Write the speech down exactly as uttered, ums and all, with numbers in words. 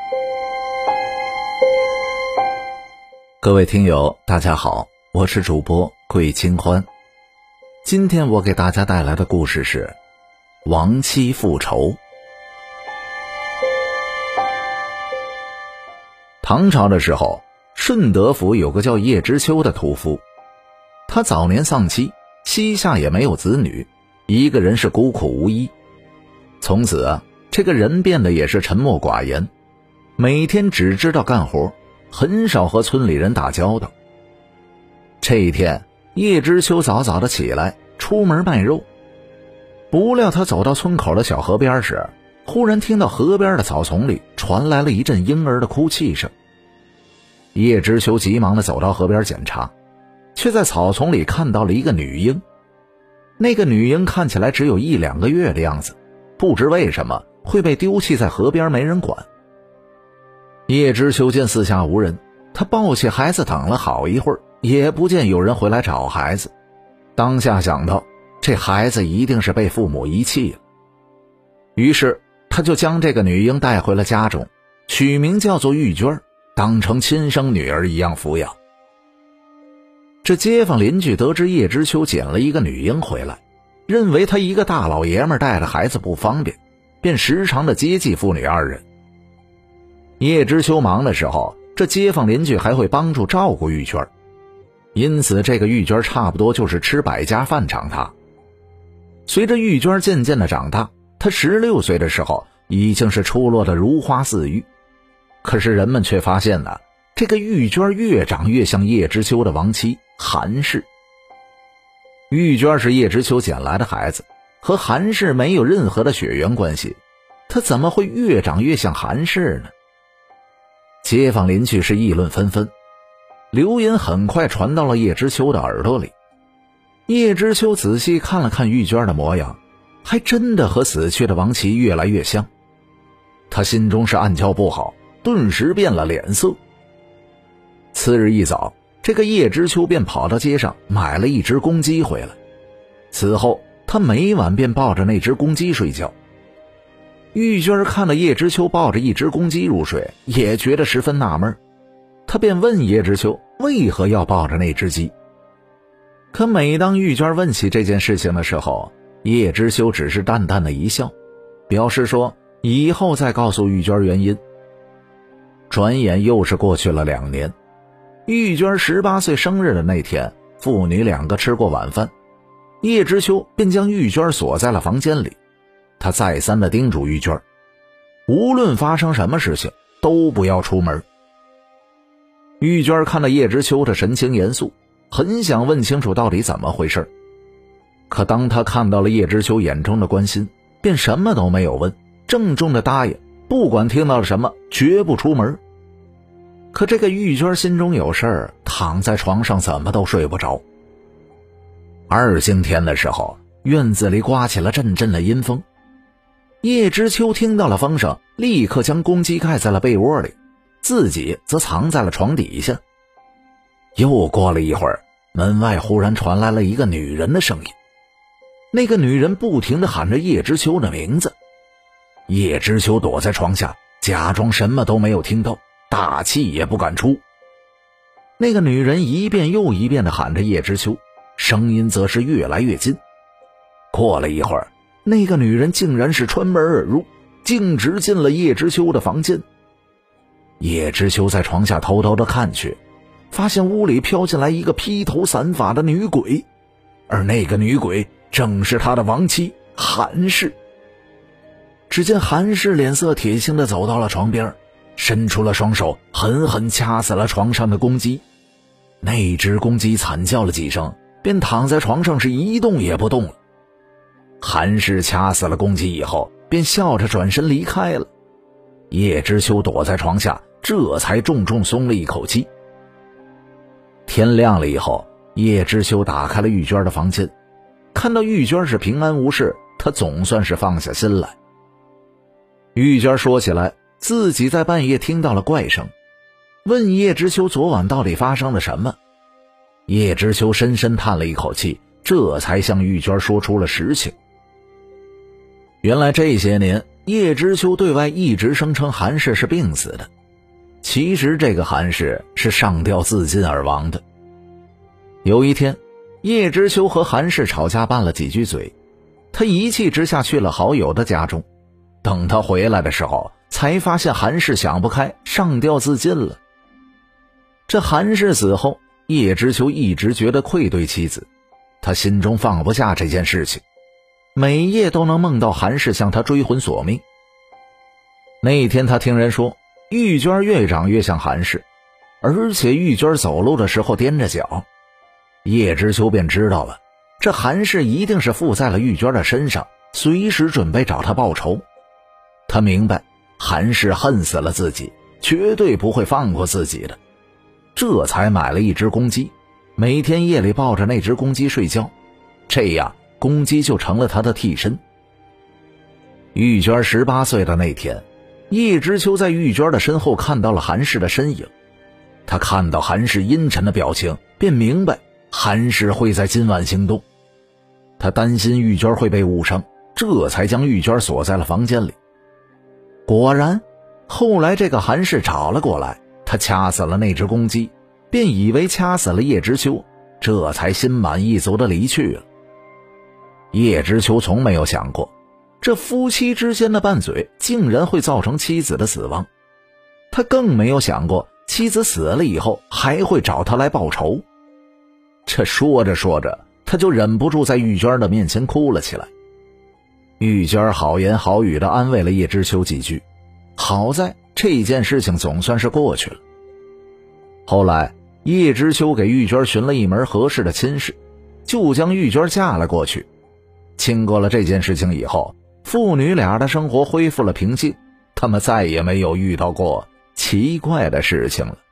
各位听友大家好，我是主播桂清欢。今天我给大家带来的故事是亡妻复仇。唐朝的时候，顺德府有个叫叶知秋的屠夫，他早年丧妻，膝下也没有子女，一个人是孤苦无依。从此啊，这个人变得也是沉默寡言，每天只知道干活，很少和村里人打交道。这一天，叶知秋早早的起来出门卖肉，不料他走到村口的小河边时，忽然听到河边的草丛里传来了一阵婴儿的哭泣声。叶知秋急忙的走到河边检查，却在草丛里看到了一个女婴。那个女婴看起来只有一两个月的样子，不知为什么会被丢弃在河边没人管。叶知秋见四下无人，他抱起孩子等了好一会儿，也不见有人回来找孩子。当下想到这孩子一定是被父母遗弃了，于是他就将这个女婴带回了家中，取名叫做玉娟，当成亲生女儿一样抚养。这街坊邻居得知叶知秋捡了一个女婴回来，认为他一个大老爷们带着孩子不方便，便时常的接济父女二人。叶知秋忙的时候，这街坊邻居还会帮助照顾玉娟，因此这个玉娟差不多就是吃百家饭长大。随着玉娟渐渐的长大，她十六岁的时候已经是出落的如花似玉。可是人们却发现呢，这个玉娟越长越像叶知秋的亡妻韩氏。玉娟是叶知秋捡来的孩子，和韩氏没有任何的血缘关系，她怎么会越长越像韩氏呢？街坊邻居是议论纷纷，流言很快传到了叶知秋的耳朵里。叶知秋仔细看了看玉娟的模样，还真的和死去的亡妻越来越像。他心中是暗叫不好，顿时变了脸色。次日一早，这个叶知秋便跑到街上买了一只公鸡回来。此后他每晚便抱着那只公鸡睡觉。玉娟看到叶知秋抱着一只公鸡入睡，也觉得十分纳闷，她便问叶知秋为何要抱着那只鸡。可每当玉娟问起这件事情的时候，叶知秋只是淡淡的一笑，表示说以后再告诉玉娟原因。转眼又是过去了两年，玉娟十八岁生日的那天，父女两个吃过晚饭，叶知秋便将玉娟锁在了房间里。他再三地叮嘱玉娟，无论发生什么事情都不要出门。玉娟看到叶知秋的神情严肃，很想问清楚到底怎么回事，可当他看到了叶知秋眼中的关心，便什么都没有问，郑重地答应不管听到了什么绝不出门。可这个玉娟心中有事儿，躺在床上怎么都睡不着。二更天的时候，院子里刮起了阵阵的阴风。叶知秋听到了风声，立刻将公鸡盖在了被窝里，自己则藏在了床底下。又过了一会儿，门外忽然传来了一个女人的声音，那个女人不停地喊着叶知秋的名字。叶知秋躲在床下，假装什么都没有听到，大气也不敢出。那个女人一遍又一遍地喊着叶知秋，声音则是越来越近。过了一会儿，那个女人竟然是穿门而入，径直进了叶知秋的房间。叶知秋在床下偷偷地看去，发现屋里飘进来一个披头散发的女鬼，而那个女鬼正是他的亡妻韩氏。只见韩氏脸色铁青地走到了床边，伸出了双手，狠狠掐死了床上的公鸡。那只公鸡惨叫了几声，便躺在床上是一动也不动了。韩氏掐死了公鸡以后，便笑着转身离开了。叶知秋躲在床下，这才重重松了一口气。天亮了以后，叶知秋打开了玉娟的房间，看到玉娟是平安无事，他总算是放下心来。玉娟说起来，自己在半夜听到了怪声，问叶知秋昨晚到底发生了什么。叶知秋深深叹了一口气，这才向玉娟说出了实情。原来这些年， 叶知秋对外一直声称韩氏是病死的，其实这个韩氏是上吊自尽而亡的。有一天，叶知秋和韩氏吵架拌了几句嘴，他一气之下去了好友的家中，等他回来的时候，才发现韩氏想不开，上吊自尽了。这韩氏死后，叶知秋一直觉得愧对妻子，他心中放不下这件事情，每夜都能梦到韩氏向他追魂索命。那天他听人说，玉娟越长越像韩氏，而且玉娟走路的时候踮着脚。叶知秋便知道了，这韩氏一定是附在了玉娟的身上，随时准备找她报仇。他明白韩氏恨死了自己，绝对不会放过自己的，这才买了一只公鸡，每天夜里抱着那只公鸡睡觉，这样公鸡就成了他的替身。玉娟十八岁的那天，叶知秋在玉娟的身后看到了韩氏的身影，他看到韩氏阴沉的表情，便明白韩氏会在今晚行动。他担心玉娟会被误伤，这才将玉娟锁在了房间里。果然，后来这个韩氏找了过来，他掐死了那只公鸡，便以为掐死了叶知秋，这才心满意足地离去了。叶知秋从没有想过，这夫妻之间的拌嘴竟然会造成妻子的死亡，他更没有想过妻子死了以后还会找他来报仇。这说着说着，他就忍不住在玉娟的面前哭了起来。玉娟好言好语地安慰了叶知秋几句，好在这件事情总算是过去了。后来叶知秋给玉娟寻了一门合适的亲事，就将玉娟嫁了过去。经过了这件事情以后，父女俩的生活恢复了平静，他们再也没有遇到过奇怪的事情了。